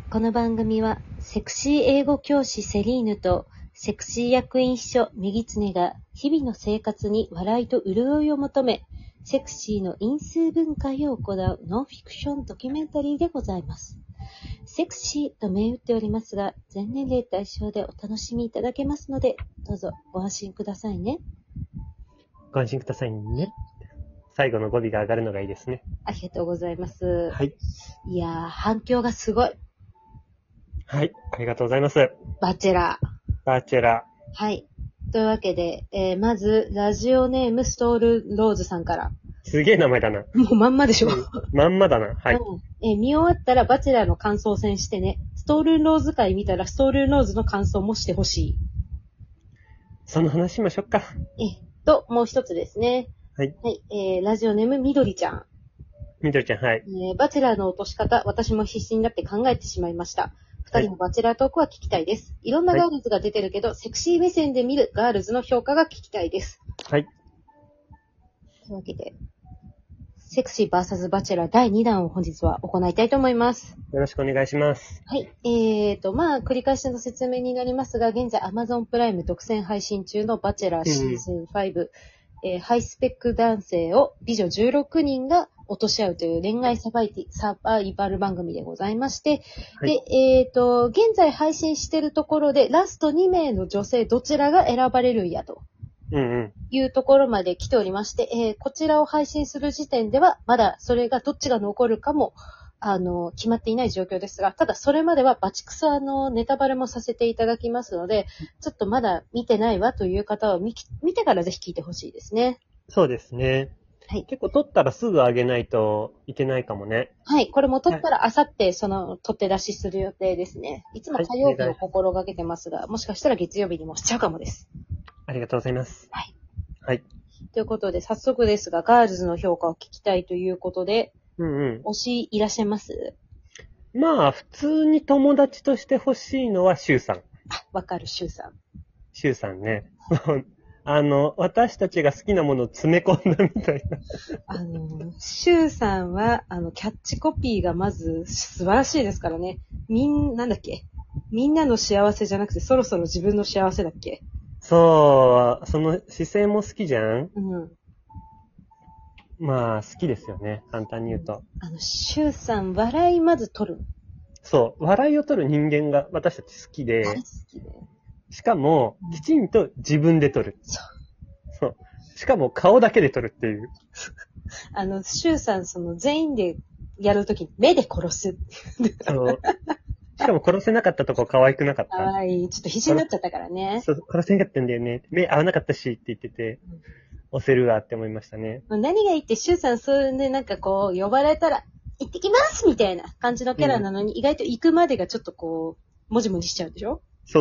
この番組はセクシー英語教師セリーヌとセクシー役員秘書ミギツネが日々の生活に笑いと潤いを求め、セクシーの因数分解を行うノンフィクションドキュメンタリーでございます。セクシーと銘打っておりますが、全年齢対象でお楽しみいただけますので、どうぞご安心くださいね。 ご安心くださいね。最後の語尾が上がるのがいいですね。 ありがとうございます。 はい。 いやー、反響がすごい。 はい。ありがとうございます。 バチェラー。 バチェラはい。というわけで、まず、ラジオネームストールローズさんから。 ー。すげえ名前だな。 もうまんまでしょ。 まんまだな。はい。 見終わったらバチェラーの感想戦してね。ストールローズ会見たらストールローズの感想もしてほしい。 その話しましょうか。 もう一つですね。 はい。 はい。ラジオネームみどりちゃん。 みどりちゃん、はい。 バチェラーの落とし方、私も必死になって考えてしまいました。二人のバチェラートークは聞きたいです。いろんなガールズが出てるけど、セクシー目線で見るガールズの評価が聞きたいです。 はい。 というわけで、セクシー VS バチェラー第2弾を本日は行いたいと思います。 よろしくお願いします。 はい。繰り返しの説明になりますが、現在 Amazon プライム独占配信中のバチェラーシーズン5、ハイスペック男性を美女16人が落とし合うという恋愛サバイバル番組でございまして、 はい、 で、現在配信しているところで、ラスト2名の女性どちらが選ばれるんやと。いうところまで来ておりまして、こちらを配信する時点では、まだそれがどっちが残るかも、決まっていない状況ですが、ただそれまではバチクソネタバレもさせていただきますので、ちょっとまだ見てないわという方は見てからぜひ聞いてほしいですね。 そうですね。 はい。 結構撮ったらすぐ上げないといけないかもね。 はい。これも撮ったらあさって取って出しする予定ですね。いつも火曜日を心がけてますが、もしかしたら月曜日にもしちゃうかもです。 ありがとうございます。 はい。 はい。 ということで、早速ですが、ガールズの評価を聞きたいということで、推しいらっしゃいます？ まあ、普通に友達として欲しいのはシュウさん。 わかる、シュウさん。 シュウさんね。私たちが好きなものを詰め込んだみたいな。 シュウさんは、キャッチコピーがまず素晴らしいですからね。なんだっけ？みんなの幸せじゃなくて、そろそろ自分の幸せだっけ？ そう、その姿勢も好きじゃん？ うん。 まあ、好きですよね。簡単に言うと。 シュウさん、笑いまず取る。 そう、笑いを取る人間が私たち好きで、 大好きで。 しかも、きちんと自分で取る。そう。しかも顔だけで取るっていう。 シュウさん、全員でやるとき、目で殺す。 そう。しかも殺せなかったとこ可愛くなかった。 はい、ちょっと必死になっちゃったからね。 そう、殺せなかったんだよね。目合わなかったしって言ってて、押せるわって思いましたね。 何がいいって、シュウさん、そういうね、なんかこう、呼ばれたら、行ってきますみたいな感じのキャラなのに、意外と行くまでがちょっとこう、もじもじしちゃうでしょ？ そう。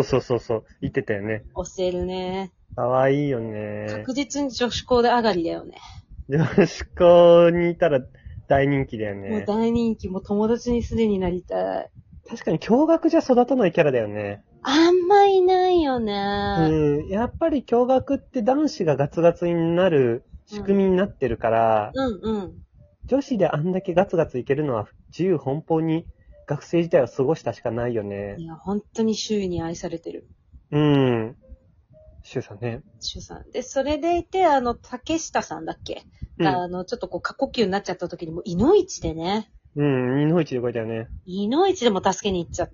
言ってたよね。 押せるね。 かわいいよね。 確実に女子校で上がりだよね。 女子校にいたら大人気だよね。 もう大人気、もう友達にすでになりたい。 確かに驚愕じゃ育たないキャラだよね。 あんまいないよね。 やっぱり驚愕って男子がガツガツになる仕組みになってるから、女子であんだけガツガツいけるのは自由奔放に学生時代を過ごしたしかないよね。 いや、本当に周囲に愛されてる。 シュウさんね。 シュウさん。で、それでいて、竹下さんだっけ、が、ちょっとこう、過呼吸になっちゃった時にも、いのいちでね。 いのいちで動いたよね。 いのいちでも助けに行っちゃって。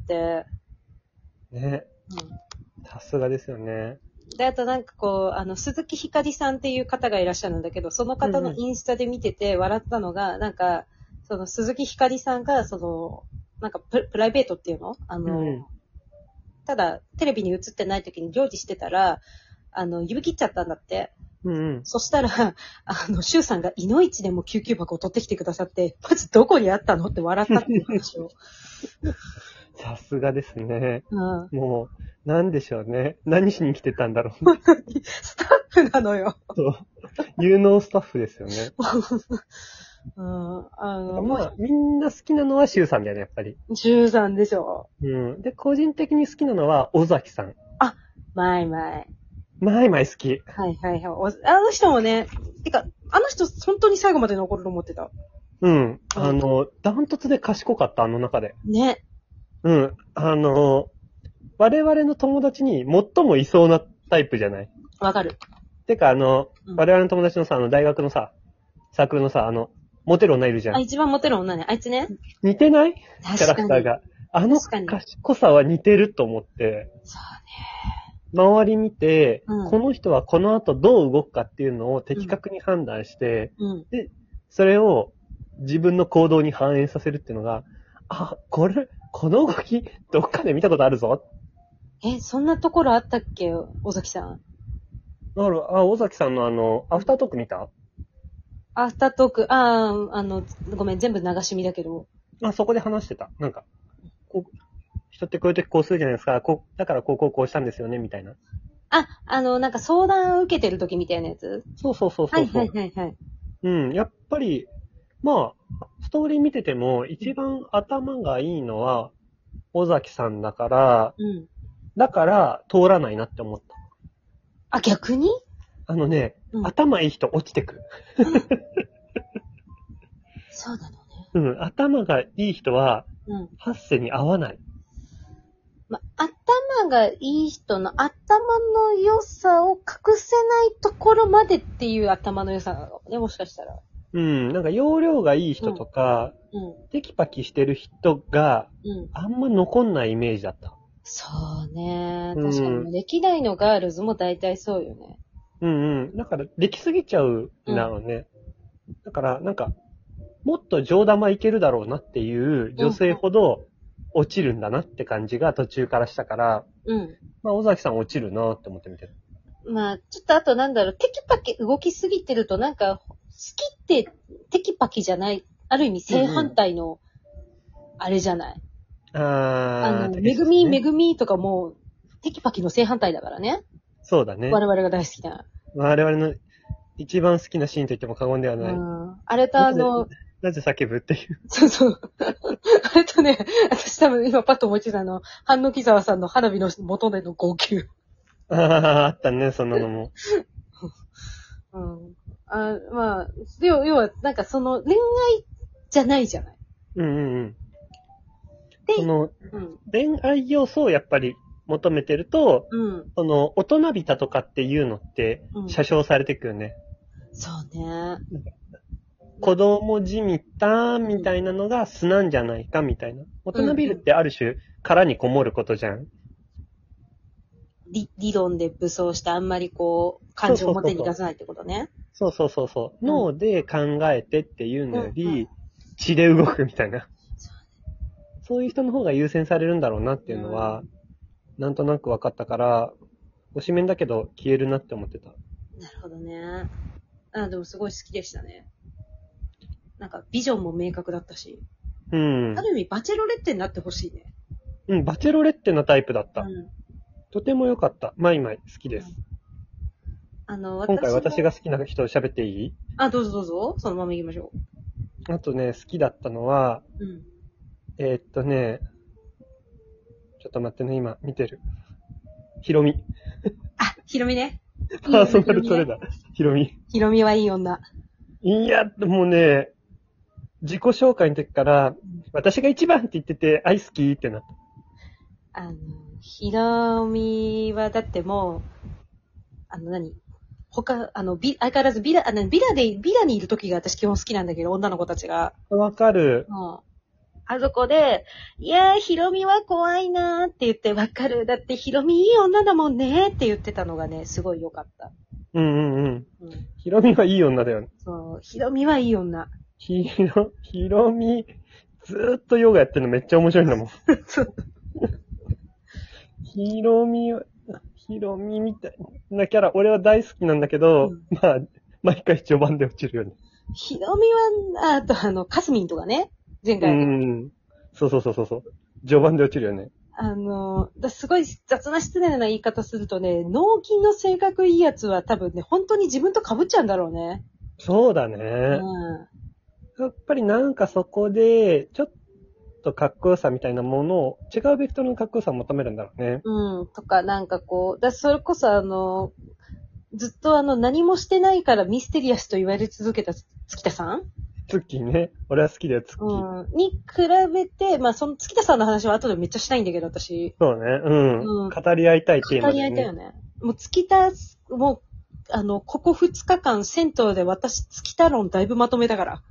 ね。さすがですよね。 で、あとなんかこう、鈴木ひかりさんっていう方がいらっしゃるんだけど、その方のインスタで見てて笑ったのが、なんか、鈴木ひかりさんが、なんかプライベートっていうのただ、テレビに映ってない時に料理してたら、指切っちゃったんだって。そしたら、シュウさんがいのいちでも救急箱を取ってきてくださって、まずどこにあったのって笑ったっていう話を。 さすがですね。もう、なんでしょうね。何しに来てたんだろう。 スタッフなのよ。 そう。有能スタッフですよね。 まあ、みんな好きなのはシュウさんだよね、やっぱり。 シュウさんでしょ。 で、個人的に好きなのは尾崎さん。 マイマイ。 マイマイ好き。 はい。あの人もね、あの人本当に最後まで残ると思ってた。 ダントツで賢かった、あの中で。 ね。 うん。我々の友達に最もいそうなタイプじゃない？ わかる。 てか、 うん我々の友達のさ、大学のさ、サークルのさ、モテる女いるじゃあ、 ん。 一番モテる女ね。あいつね。 似てない？キャラ確かに。 クターが。 確かに賢さは似てると思って、 そう周り見て、 うんこの人はこの後どう動くかっていうのを的確に判断して、 ね。うん。 で、それを自分の行動に反映させるっていうのが、あ、この動き、どっかで見たことあるぞ。 そんなところあったっけ尾崎さん。 だから、尾崎さんのアフタートーク見た？ アフタートーク、ごめん、全部流し見だけど。 そこで話してた。なんか、人ってこういう時こうするじゃないですか。だからこうしたんですよね、みたいな。 なんか相談を受けてる時みたいなやつそうそうそうそう。 はいはいはいはい。 うん、やっぱり、まあ、ストーリー見てても、一番頭がいいのは、尾崎さんだから、 うん。 だから通らないなって思った。 あ、逆にうん頭いい人落ちてく。 そうなのね。 うん、頭がいい人は、 うん。 ハッセに合わない。 頭がいい人の頭の良さを隠せないところまでっていう頭の良さなのね、もしかしたら。 うん、なんか容量がいい人とか、 うん。 テキパキしてる人がうん。 あんま残んないイメージだった。 そうね。 うん確かに、歴代のガールズも大体そうよね。 うんうん。だから、できすぎちゃうんだろうね。だから、なんか、もっと上玉いけるだろうなっていう女性ほど落ちるんだなって感じが途中からしたから、 うん。 尾崎さん落ちるなって思って見てる。 ちょっとあとテキパキ動きすぎてると好きってテキパキじゃない、ある意味正反対の、あれじゃない。めぐみとかも、テキパキの正反対だからね。 そうだね。 我々が大好きな。 我々の一番好きなシーンと言っても過言ではない。 あれとなぜ叫ぶっていう。 そうそう。あれとね、私多分今パッと思いついた半木沢さんの花火の元での号泣。 あったね、そんなのも。 うん。要は、なんか恋愛じゃないじゃない。 うんうんうん。 で、 恋愛要素をやっぱり求めてると、大人びたとかっていうのって、写生されてくよね。 そうね。 子供じみたみたいなのが素なんじゃないかみたいな。大人びるってある種、殻にこもることじゃん。 理論で武装してあんまり感情を表に出さないってことね。 そうそうそうそう。脳で考えてっていうのより、血で動くみたいな。そういう人の方が優先されるんだろうなっていうのは、なんとなく分かったから、推しメンだけど消えるなって思ってた。 なるほどね。でもすごい好きでしたね。なんかビジョンも明確だったし。 うん。 ある意味バチェロレッテになってほしいね。 うん、バチェロレッテのタイプだった。とても良かった。マイマイ好きです。今回私が好きな人喋っていい？ どうぞどうぞ。そのまま行きましょう。あとね、好きだったのは、ちょっと待ってね、今見てる。ヒロミ。 ヒロミね。 パーソナルそれだ。ヒロミ。 ヒロミはいい女。 いや、もうね、自己紹介の時から、私が一番って言ってて、愛好きってなった。 ヒロミはだってもう、相変わらずビラにいる時が私基本好きなんだけど、女の子たちが。 わかる。 あそこで、いやー、ヒロミは怖いなーって言って、わかる。だってヒロミいい女だもんねーって言ってたのがね、すごい良かった。 ヒロミはいい女だよね。 そう、ヒロミはいい女。 ヒロミ、ずーっとヨガやってるのめっちゃ面白いんだもん。ヒロミみたいなキャラ、俺は大好きなんだけど、毎回序盤で落ちるよね。 ヒロミは、あとカスミンとかね。前回。 そう。序盤で落ちるよね。 すごい雑な失礼な言い方するとね、脳筋の性格いいやつは多分ね、本当に自分と被っちゃうんだろうね。 そうだね。やっぱりなんかそこで、ちょっとかっこよさみたいなものを、違うベクトルのかっこよさを求めるんだろうね。 とか、なんかそれこそずっと何もしてないからミステリアスと言われ続けた月田さんツッキーね。俺は好きだよ、ツッキー。 に比べて、まあ、その月田さんの話は後でめっちゃしたいんだけど、私。 そうね。うん。語り合いたいテーマ語り合いたいよね。もう月田、もう、ここ2日間、銭湯で私、月田論だいぶまとめたから。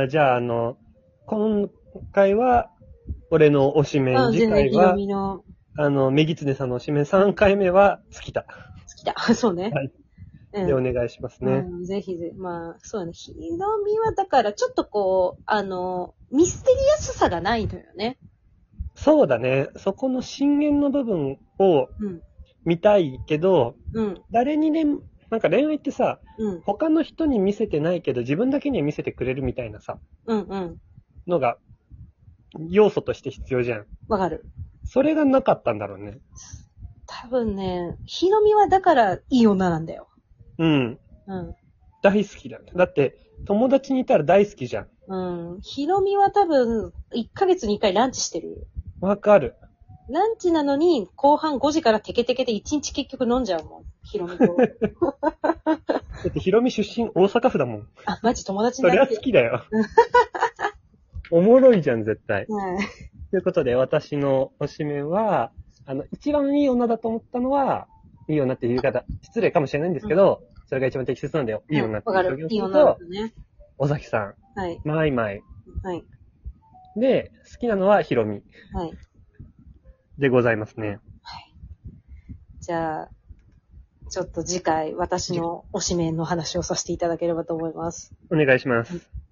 じゃあ、今回は、俺の推しメン、次回は、メギツネさんの推しメン、3回目は、月田。 月田、そうね。 はい。で、お願いしますね。 ぜひぜひ、まあ、そうだね。ひろみは、だから、ちょっとこう、ミステリアスさがないのよね。 そうだね。そこの深淵の部分を、見たいけど、誰にでも、なんか恋愛ってさ、他の人に見せてないけど、自分だけには見せてくれるみたいなさ、のが、要素として必要じゃん。 わかる。 それがなかったんだろうね。 多分ね、ひろみはだからいい女なんだよ。 大好きだね。だって、友達にいたら大好きじゃん。ひろみは多分、1ヶ月に1回ランチしてる。 わかる。 ランチなのに、後半5時からテケテケで1日結局飲んじゃうもん。ひろみと。 だってひろみ出身大阪府だもん。 あ、マジ友達になって。そりゃ好きだよ。おもろいじゃん、絶対。ということで、私の推しメンは、一番いい女だと思ったのは、いい女っていう言い方、失礼かもしれないんですけど、それが一番適切なんだよ。いい女っていう表現をすると、いい女だね。尾崎さん。はい。マイマイ。はい。で、好きなのはヒロミ。はい。でございますね。はい。 じゃあ、ちょっと次回、私の推しメンの話をさせていただければと思います。 お願いします。